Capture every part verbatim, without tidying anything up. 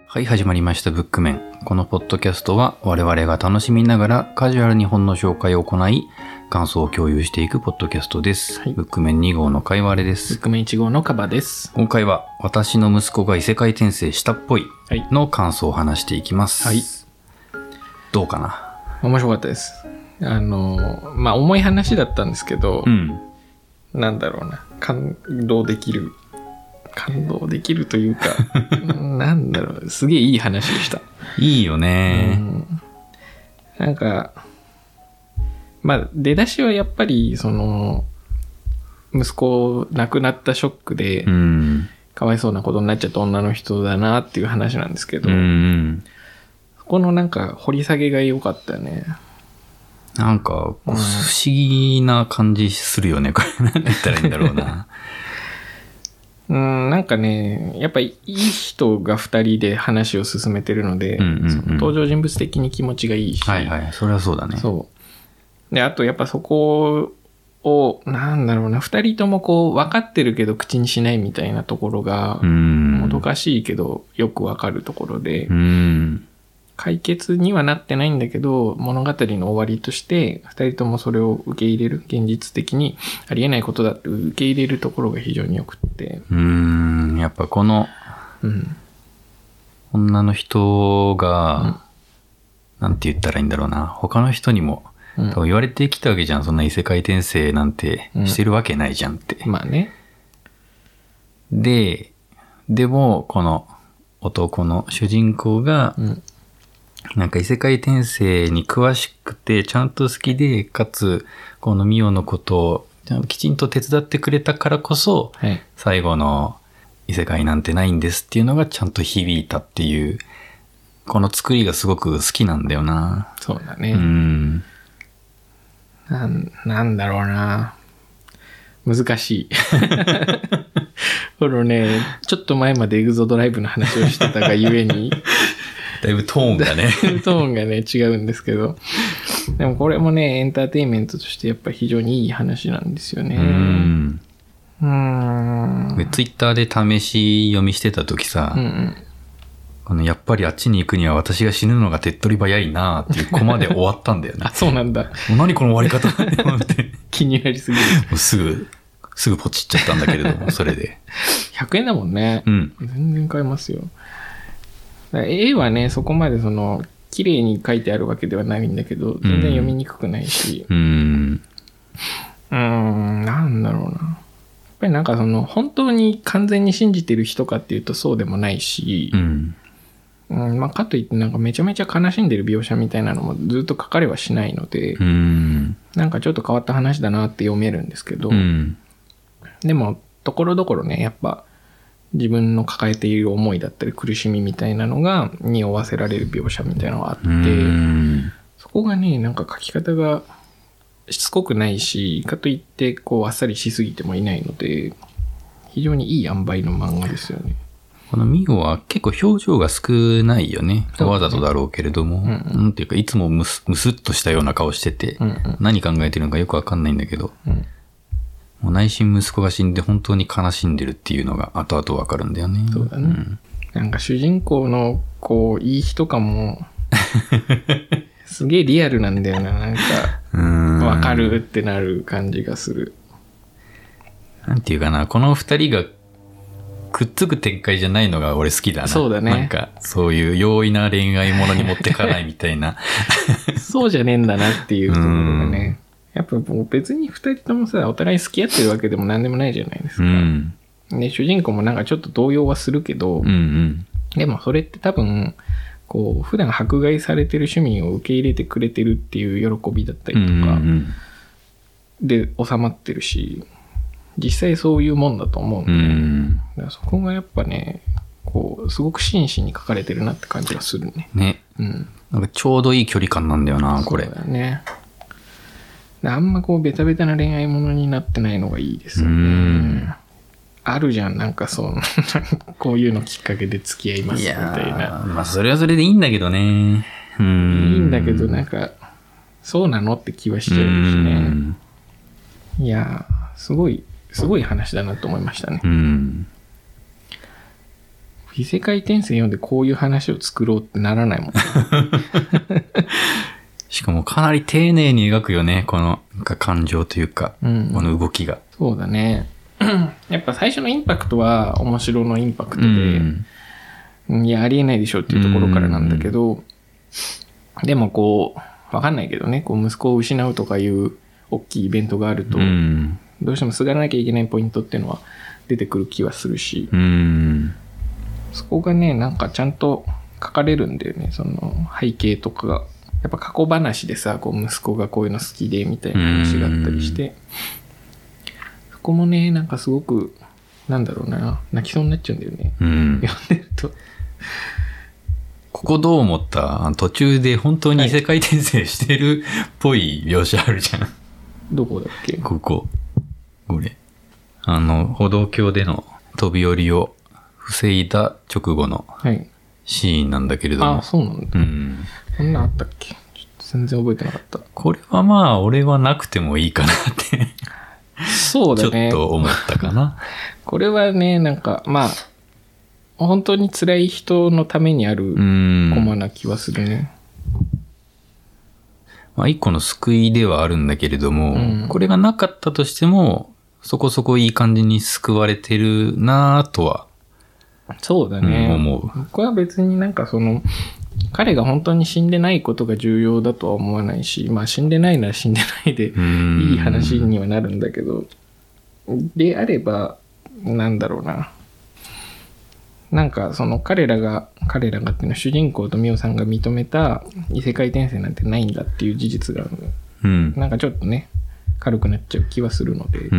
はい、始まりましたブックメン。このポッドキャストは我々が楽しみながらカジュアルに本の紹介を行い、感想を共有していくポッドキャストです。はい、ブックメンに号のかいわれです。 ブックメンいち号のカバです。 今回は私の息子が異世界転生したっぽいの感想を話していきます。はい。どうかな？ 面白かったです。あの、まあ、重い話だったんですけど、うん、なんだろうな、感動できる。感動できるというかなんだろう、すげえいい話でした。 いいよね、うん、 なんかまあ出だしはやっぱりその息子亡くなったショックで、うん、かわいそうなことになっちゃった女の人だなっていう話なんですけど、うん、そこのなんか掘り下げが良かったよね。 なんかこう不思議な感じするよね、これ。何て言ったらいいんだろうなうん、なんかね、やっぱりいい人がふたりで話を進めてるので、うんうんうん、その登場人物的に気持ちがいいし、 はいはい、それはそうだね。 そう。で、あとやっぱそこを、なんだろうな、ふたりともこう分かってるけど口にしないみたいなところが、もどかしいけどよく分かるところで、うん、解決にはなってないんだけど、物語の終わりとしてふたりともそれを受け入れる、現実的にありえないことだって受け入れるところが非常によくって、 うーん、やっぱこの、うん、女の人が、うん、なんて言ったらいいんだろうな、他の人にも、うん、多分言われてきたわけじゃん。そんな異世界転生なんてしてるわけないじゃんって、 うん、まあね。 ででもこの男の主人公が、うん、なんか異世界転生に詳しくてちゃんと好きで、かつこのミオのことをきちんと手伝ってくれたからこそ、はい、最後の異世界なんてないんですっていうのがちゃんと響いたっていう、この作りがすごく好きなんだよな。 そうだね。うん。なん、なんだろうな。難しい。このね、ちょっと前までエグゾドライブの話をしてたがゆえに、 だいぶトーンがね。 トーンがね、違うんですけど。でもこれもね、エンターテインメントとしてやっぱり非常にいい話なんですよね。うん。 うーん。ツイッターで試し読みしてた時さ、うんうん、このやっぱりあっちに行くには私が死ぬのが手っ取り早いなっていうコマで終わったんだよね。 あ、そうなんだ。もう何この終わり方って思って。 気になりすぎる。 もうすぐ、すぐポチっちゃったんだけれども、それで。 ひゃくえんだもんね。うん。全然買えますよ。絵はね、そこまでその綺麗に書いてあるわけではないんだけど、全然読みにくくないし、うーん、うーん、なんだろうな。やっぱりなんかその本当に完全に信じてる人かっていうとそうでもないし、うんうん、まあかといってなんかめちゃめちゃ悲しんでる描写みたいなのもずっと書かれはしないので、うん、なんかちょっと変わった話だなって読めるんですけど、うん、でもところどころね、やっぱ自分の抱えている思いだったり苦しみみたいなのが匂わせられる描写みたいなのがあって、そこがね、なんか書き方がしつこくないし、かといってこうあっさりしすぎてもいないので、非常にいい塩梅の漫画ですよね。 このミオは結構表情が少ないよね。わざとだろうけれども、うんうん、なんていうかいつもムス、ムスっとしたような顔してて、うんうん、何考えてるのかよくわかんないんだけど、うん、もう内心息子が死んで本当に悲しんでるっていうのが後々わかるんだよね。 そうだね。うん、なんか主人公のこういい人かもすげえリアルなんだよな。なんかわかるってなる感じがする。 なんていうかな、この二人がくっつく展開じゃないのが俺好きだな。 そうだね。 なんかそういう容易な恋愛ものに持ってかないみたいな。 そうじゃねえんだなっていうところがね。やっぱもう別に二人ともさ、お互い好き合ってるわけでも何でもないじゃないですか。うん、で、主人公もなんかちょっと動揺はするけど、うんうん、でもそれって多分、こう、普段迫害されてる市民を受け入れてくれてるっていう喜びだったりとか、うんうん、で収まってるし、実際そういうもんだと思うんで、うん、だからそこがやっぱね、こう、すごく真摯に書かれてるなって感じがするね。 ね。うん。なんかちょうどいい距離感なんだよな、これ。 そうだよね。あんまこうベタベタな恋愛ものになってないのがいいですよね。うんあるじゃん、なんかそうこういうのきっかけで付き合いますみたいな。 いまあそれはそれでいいんだけどね。 うんいいんだけどなんかそうなのって気はしちゃうしね。いやすごいすごい話だなと思いましたね。うん異世界転生読んでこういう話を作ろうってならないもん。 しかもかなり丁寧に描くよね、この感情というか、うん、この動きが。 そうだね。やっぱ最初のインパクトは面白のインパクトで、うん、いや、ありえないでしょっていうところからなんだけど、うん、でもこう、わかんないけどね、こう息子を失うとかいう大きいイベントがあると、うん、どうしてもすがらなきゃいけないポイントっていうのは出てくる気はするし、うん、そこがね、なんかちゃんと書かれるんだよね、その背景とかが。やっぱ過去話でさ、こう息子がこういうの好きでみたいな話があったりして、そこもね、なんかすごく、なんだろうな、泣きそうになっちゃうんだよね。うん、読んでると。 ここどう思った？途中で本当に異世界転生してるっぽい描写あるじゃん。はい、 どこだっけ？ ここ。これ。あの、歩道橋での飛び降りを防いだ直後のシーンなんだけれども。 はい、あ、そうなんだ。うん。そんなあったっけ？ちょっと全然覚えてなかった。 これはまあ、俺はなくてもいいかなってそうだね。 ちょっと思ったかな。 これはね、なんか、まあ、本当に辛い人のためにあるコマな気はするね。 まあ、一個の救いではあるんだけれども、うん、これがなかったとしても、そこそこいい感じに救われてるなぁとは。 そうだね、 うん、思う。 僕は別になんかその、彼が本当に死んでないことが重要だとは思わないし、まあ死んでないなら死んでないでいい話にはなるんだけど、であれば、なんだろうな。なんかその彼らが、彼らがっていうのは主人公とミオさんが認めた異世界転生なんてないんだっていう事実が、うん、なんかちょっとね、軽くなっちゃう気はするので、うん、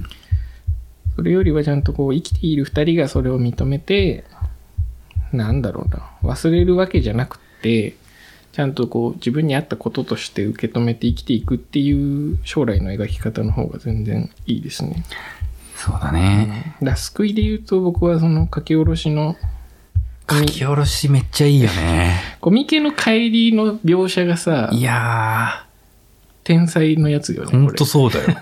それよりはちゃんとこう生きている二人がそれを認めて、なんだろうな、忘れるわけじゃなくて、ちゃんとこう自分に合ったこととして受け止めて生きていくっていう将来の描き方の方が全然いいですね。 そうだね。 うん、だ救いで言うと僕はその書き下ろしの書き下ろしめっちゃいいよね。 コミケの帰りの描写がさ、 いやー天才のやつよね。 ほんとそうだよ。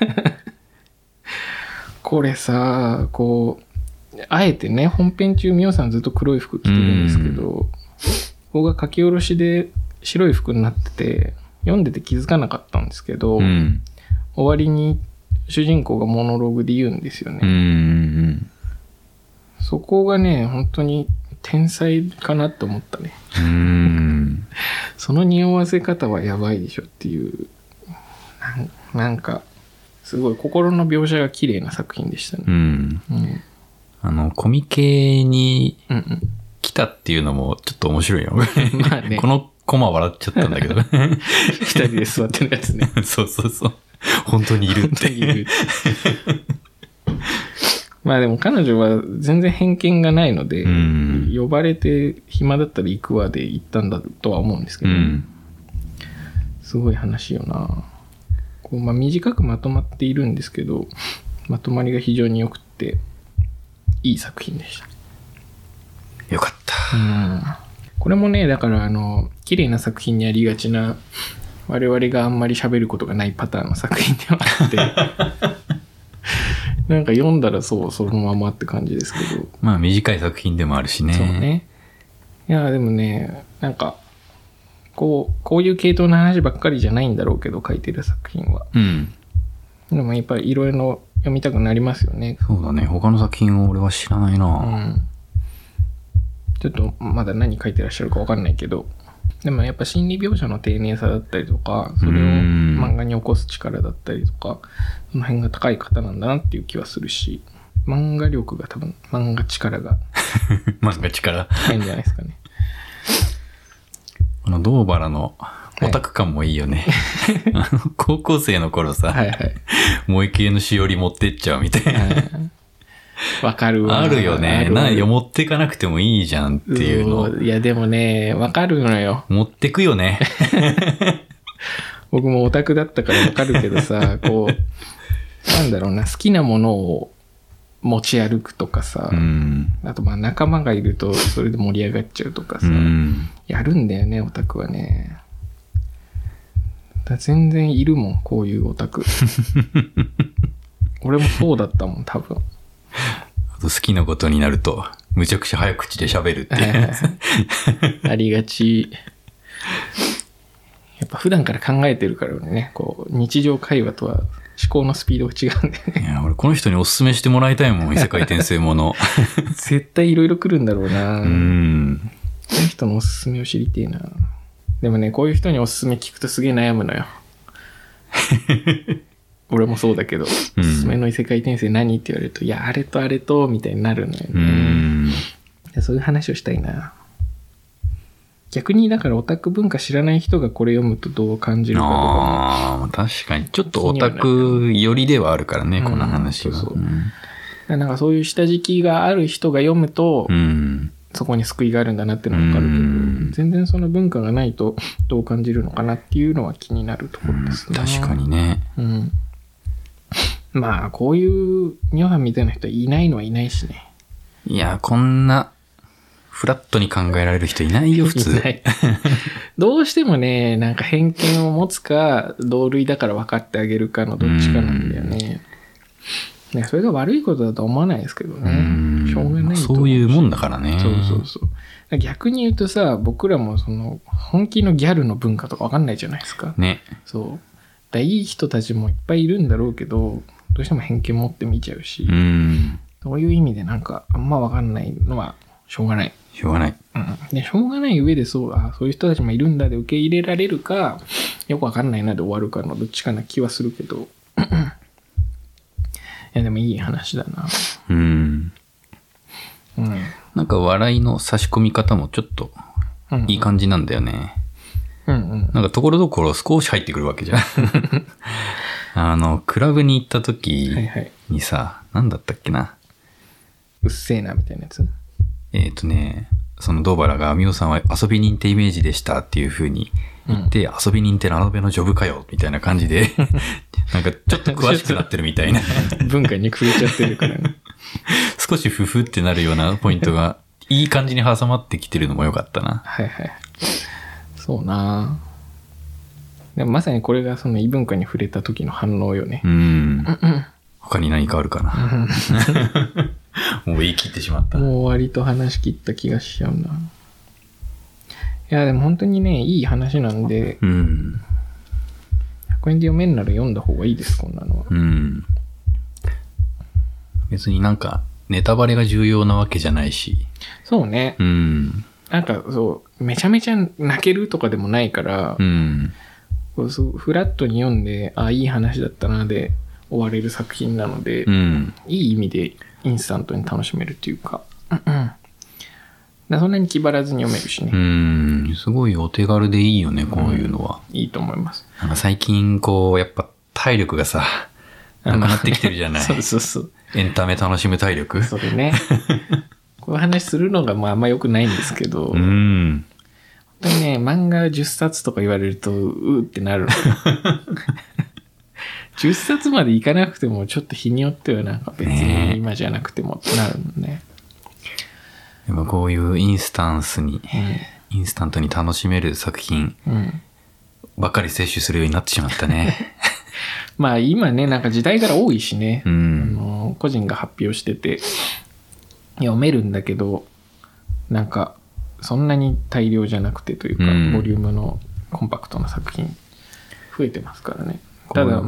これさ、こうあえてね、本編中ミオさんずっと黒い服着てるんですけど、ここが書き下ろしで白い服になってて、読んでて気づかなかったんですけど、うん、終わりに主人公がモノローグで言うんですよね。うんうん、そこがね、本当に天才かなって思ったね。うんその匂わせ方はやばいでしょっていう、な ん, なんか、すごい心の描写が綺麗な作品でしたね。うんうんあの、コミケに来たっていうのもちょっと面白いよ。まあね、このコマ笑っちゃったんだけど。 二人で座ってるやつね。 そうそうそう。本当にいるって。本当にいる。 まあでも彼女は全然偏見がないので、うん、呼ばれて暇だったら行くわで行ったんだとは思うんですけど、うん、すごい話よな。こうまあ短くまとまっているんですけど、まとまりが非常に良くて、いい作品でした。 よかった。 うん。これもね、だからあの、綺麗な作品にありがちな、我々があんまり喋ることがないパターンの作品ではあって、なんか読んだらそう、そのままって感じですけど。 まあ短い作品でもあるしね。 そうね。いや、でもね、なんか、こう、こういう系統の話ばっかりじゃないんだろうけど、書いてる作品は。うん。でもやっぱりいろいろ読みたくなりますよね。 そうだね。他の作品を俺は知らないな、うん、 ちょっとまだ何書いてらっしゃるか分かんないけど、でもやっぱ心理描写の丁寧さだったりとか、それを漫画に起こす力だったりとか、その辺が高い方なんだなっていう気はするし、漫画力が多分、漫画力が漫画力高いんじゃないですかね。 この堂原のオタク感もいいよね。はい、高校生の頃さ、はいはい、萌え系のしおり持ってっちゃうみたいな。 わかるわ。 あるよね。なよ、持ってかなくてもいいじゃんっていうの。 いや、でもね、わかるのよ。 持ってくよね。 僕もオタクだったからわかるけどさ、こう、なんだろうな、好きなものを持ち歩くとかさ、うん、あとまあ仲間がいるとそれで盛り上がっちゃうとかさ、うん、やるんだよね、オタクはね。だ全然いるもん、こういうオタク。俺もそうだったもん、多分。 あと好きなことになるとむちゃくちゃ早口で喋るっていうやつ。 ありがち。やっぱ普段から考えてるからね、こう、日常会話とは思考のスピードが違うんだよね。 いや、俺この人におすすめしてもらいたいもん、異世界転生もの。 絶対いろいろ来るんだろうな。 うん。 この人のおすすめを知りてえな。でもね、こういう人におすすめ聞くとすげえ悩むのよ。俺もそうだけど、おすすめの異世界転生何って言われると、いや、あれとあれと、みたいになるのよね。うんでそういう話をしたいな。逆にだからオタク文化知らない人がこれ読むとどう感じるかとかも。 ああ、確かに。ちょっとオタク寄りではあるからね、この話は。 そうそう。うん、なんかそういう下敷きがある人が読むと、うん、そこに救いがあるんだなってのがわかるけど、うん、全然その文化がないとどう感じるのかなっていうのは気になるところですね。 うん、確かにね。 うん。まあ、こういうニョハンみたいな人はいないのはいないしね。 いや、こんな、フラットに考えられる人いないよ、普通。 いない。どうしてもね、なんか偏見を持つか、同類だから分かってあげるかのどっちかなんだよね。ね、それが悪いことだとは思わないですけどね。しょうがないと。 そういうもんだからね。 そうそうそう。逆に言うとさ、僕らもその、本気のギャルの文化とか分かんないじゃないですか。 ね。 そう。だいい人たちもいっぱいいるんだろうけど、どうしても偏見持って見ちゃうし。 うん。 そういう意味でなんか、あんま分かんないのは、しょうがない。 しょうがない。 うん。で、しょうがない上でそう、あ、そういう人たちもいるんだで受け入れられるか、よくわかんないなで終わるかのどっちかな気はするけど。いや、でもいい話だな。 うん。うん。なんか笑いの差し込み方もちょっといい感じなんだよね。うんうん。なんかところどころ少し入ってくるわけじゃん。あの、クラブに行った時にさ、はいはい、なんだったっけな。 うっせえなみたいなやつ。 えっとね、その堂原がミオさんは遊び人ってイメージでしたっていう風に言って、うん、遊び人ってラノベのジョブかよみたいな感じで、なんかちょっと詳しくなってるみたいな。 文化に触れちゃってるからね。 少しフフってなるようなポイントがいい感じに挟まってきてるのもよかったな。 はいはい。そうな。でもまさにこれがその異文化に触れた時の反応よね。 うん。他に何かあるかな。もう言い切ってしまった。 もう割と話し切った気がしちゃうな。いや、でも本当にね、いい話なんで、うん、ひゃくえんで読めんなら読んだ方がいいです、こんなのは。うん。 別になんか、ネタバレが重要なわけじゃないし。 そうね。うん。なんかそう、めちゃめちゃ泣けるとかでもないから、うん。こうそうフラットに読んで、あ、いい話だったなで終われる作品なので、うん、いい意味で、インスタントに楽しめるっていうか、うんうん、だそんなに気張らずに読めるしね。 うん、すごいお手軽でいいよね、こういうのは。 うん、いいと思います。 なんか最近こうやっぱ体力がさ、なくなってきてるじゃない。 そうそうそう。 エンタメ楽しむ体力。 それね。こういう話するのがまああんま良くないんですけど、うん、本当にね漫画じゅっさつとか言われるとうーってなるの。じゅっさつまでいかなくてもちょっと日によってはなんか別に今じゃなくてもってなるもんね。 でもこういうインスタンスに、うん、インスタントに楽しめる作品ばっかり摂取するようになってしまったね。 まあ今ねなんか時代から多いしね、うん、あの個人が発表してて読めるんだけどなんかそんなに大量じゃなくてというか、うん、ボリュームのコンパクトな作品増えてますからね。ただ、うん、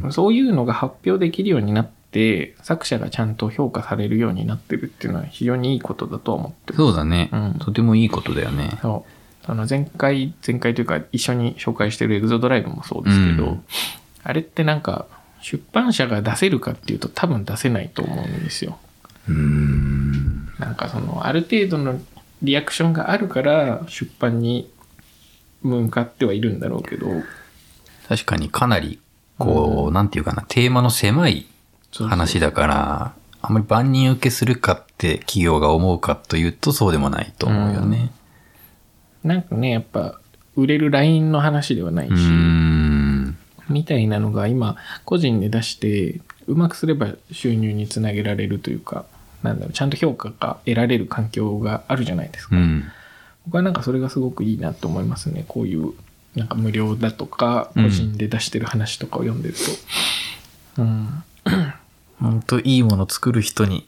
そういうのが発表できるようになって作者がちゃんと評価されるようになってるっていうのは非常にいいことだと思ってます。 そうだね、うん、とてもいいことだよね。 そうあの前回前回というか一緒に紹介してるエグゾドライブもそうですけど、うん、あれってなんか出版社が出せるかっていうと多分出せないと思うんですよ。うーんなんかそのある程度のリアクションがあるから出版に向かってはいるんだろうけど確かにかなりこう、うん、なんていうかな、テーマの狭い話だから、そうそうあんまり万人受けするかって企業が思うかというとそうでもないと思うよね。 うん、なんかね、やっぱ売れるラインの話ではないし、うーんみたいなのが今個人で出してうまくすれば収入につなげられるというか、なんだろう、ちゃんと評価が得られる環境があるじゃないですか。うん、僕はなんかそれがすごくいいなと思いますね。こういうなんか無料だとか個人で出してる話とかを読んでると、うん、 本当いいもの作る人に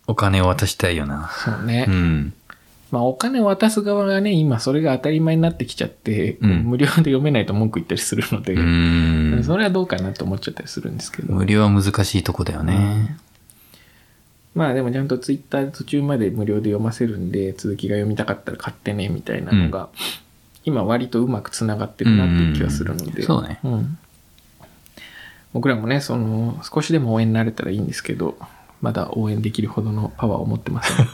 お金を渡したいよな。 そうね。 うん。 まあお金を渡す側がね、今それが当たり前になってきちゃって、うん、無料で読めないと文句言ったりするので、うん、それはどうかなと思っちゃったりするんですけど。 無料は難しいとこだよね。 うん、まあでもちゃんとツイッター途中まで無料で読ませるんで、続きが読みたかったら買ってね、みたいなのが、うん、今割とうまくつながってるなっていう気がするので。 うん、そうね。うん、 僕らもね、その、少しでも応援になれたらいいんですけど、まだ応援できるほどのパワーを持ってません。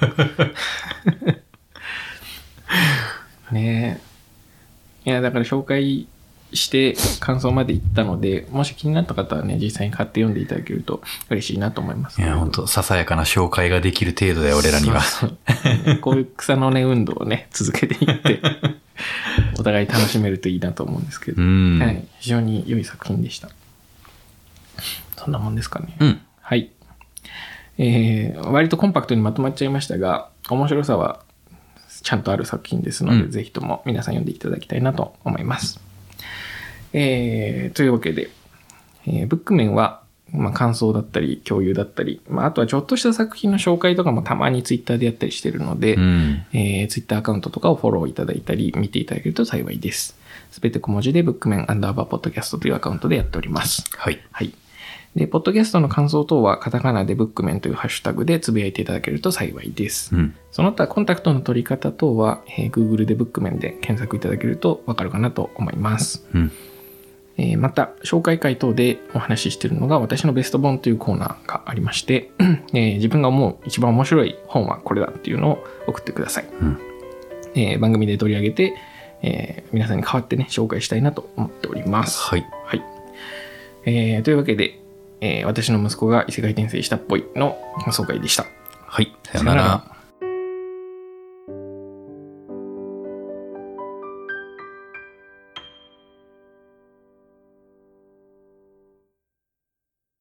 ねえ。いや、だから紹介して感想まで言ったので、もし気になった方はね、実際に買って読んでいただけると嬉しいなと思います。 いや、本当ささやかな紹介ができる程度だよ、俺らには。 そうそうこういう草の根運動をね、続けていって、お互い楽しめるといいなと思うんですけど、はい、非常に良い作品でした。そんなもんですかね。 うん。 はい。えー、割とコンパクトにまとまっちゃいましたが、面白さはちゃんとある作品ですので、うん、ぜひとも皆さん読んでいただきたいなと思います。えー、というわけで、えー、ブックメンは、まあ、感想だったり共有だったり、まあ、あとはちょっとした作品の紹介とかもたまにツイッターでやったりしているので、うん、えー、ツイッターアカウントとかをフォローいただいたり見ていただけると幸いです。すべて小文字でブックメンアンダーバーポッドキャストというアカウントでやっております。 はい。 はい。で、ポッドキャストの感想等はカタカナでブックメンというハッシュタグでつぶやいていただけると幸いです。うん、その他コンタクトの取り方等は、えー、Google でブックメンで検索いただけるとわかるかなと思います。うんえー、また、紹介会等でお話ししているのが私のベスト本というコーナーがありまして、えー、自分が思う一番面白い本はこれだっていうのを送ってください。うんえー、番組で取り上げて、えー、皆さんに代わってね、紹介したいなと思っております。 はい。 はい。えー、というわけで、えー、私の息子が異世界転生したっぽいの紹介でした。 はい。さよなら。